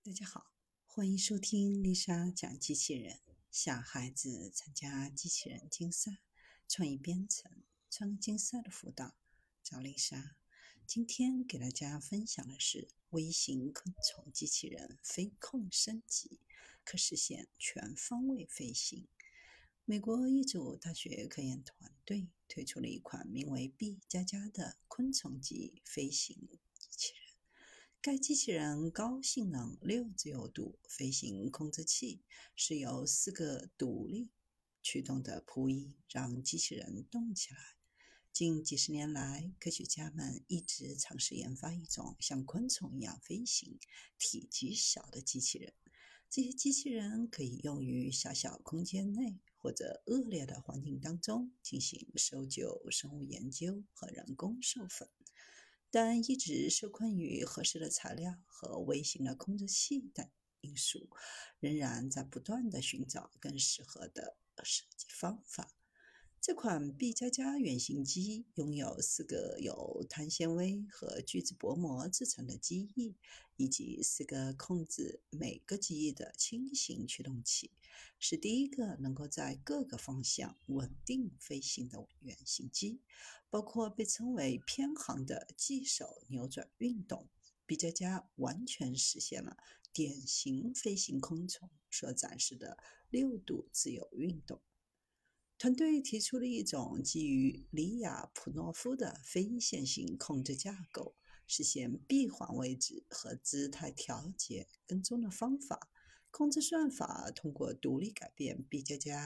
大家好，欢迎收听丽莎讲机器人。小孩子参加机器人竞赛、创意编程、创意竞赛的辅导，找丽莎。今天给大家分享的是微型昆虫机器人飞控升级，可实现全方位飞行。美国一组大学科研团队推出了一款名为 B++ 的昆虫级飞行机器人。该机器人高性能6自由度飞行控制器是由4个独立驱动的扑翼让机器人动起来。近几十年来，科学家们一直尝试研发一种像昆虫一样飞行、体积小的机器人。这些机器人可以用于小小空间内或者恶劣的环境当中进行搜救、生物研究和人工授粉。但一直受困于合适的材料和微型的控制器等因素，仍然在不断地寻找更适合的设计方法。这款 B++ 原型机拥有4个由碳纤维和聚酯薄膜制成的机翼，以及4个控制每个机翼的轻型驱动器，是第一个能够在各个方向稳定飞行的原型机，包括被称为偏航的机手扭转运动。B++ 完全实现了典型飞行昆虫所展示的6度自由运动。团队提出了一种基于里亚普诺夫的非线性控制架构，实现闭环位置和姿态调节跟踪的方法。控制算法通过独立改变 B++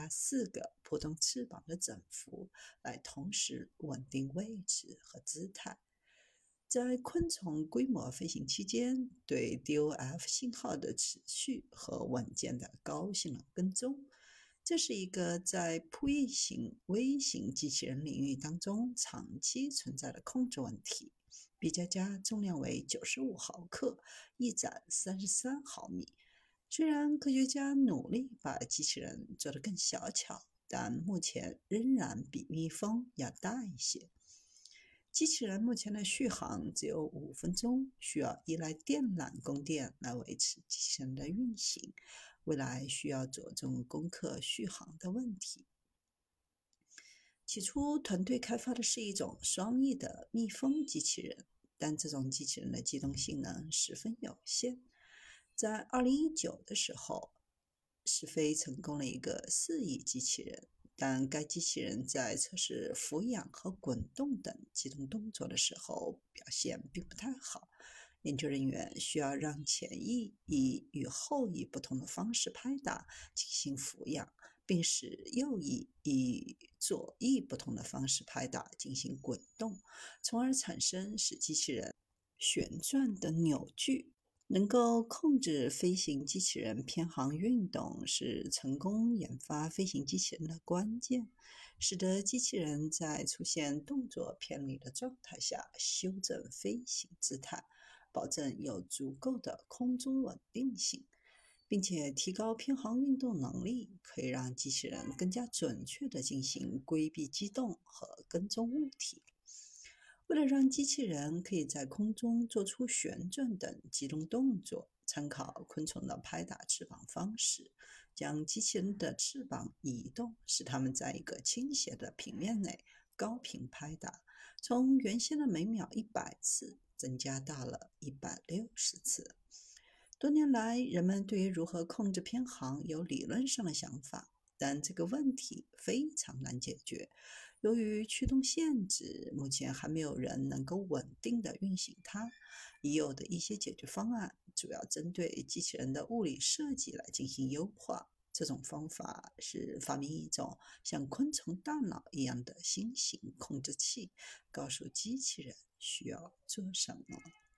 4个扑动翅膀的振幅，来同时稳定位置和姿态。在昆虫规模飞行期间，对 DOF 信号的持续和稳健的高性能跟踪，这是一个在扑翼型微型机器人领域当中长期存在的控制问题。B++ 重量为95毫克，翼展33毫米。虽然科学家努力把机器人做得更小巧，但目前仍然比蜜蜂要大一些。机器人目前的续航只有5分钟，需要依赖电缆供电来维持机器人的运行。未来需要着重攻克续航的问题。起初，团队开发的是一种双翼的蜜蜂机器人，但这种机器人的机动性能十分有限。在2019的时候，试飞成功了一个4翼机器人，但该机器人在测试俯仰和滚动等机动动作的时候表现并不太好。研究人员需要让前翼以与后翼不同的方式拍打进行俯仰，并使右翼以左翼不同的方式拍打进行滚动，从而产生使机器人旋转的扭矩。能够控制飞行机器人偏航运动是成功研发飞行机器人的关键，使得机器人在出现动作偏离的状态下修正飞行姿态，保证有足够的空中稳定性，并且提高偏航运动能力，可以让机器人更加准确地进行规避机动和跟踪物体。为了让机器人可以在空中做出旋转等机动动作，参考昆虫的拍打翅膀方式，将机器人的翅膀移动，使它们在一个倾斜的平面内高频拍打，从原先的每秒100次增加到了160次。多年来，人们对于如何控制偏航有理论上的想法，但这个问题非常难解决。由于驱动限制，目前还没有人能够稳定地运行它。已有的一些解决方案主要针对机器人的物理设计来进行优化。这种方法是发明一种像昆虫大脑一样的新型控制器，告诉机器人需要做什么。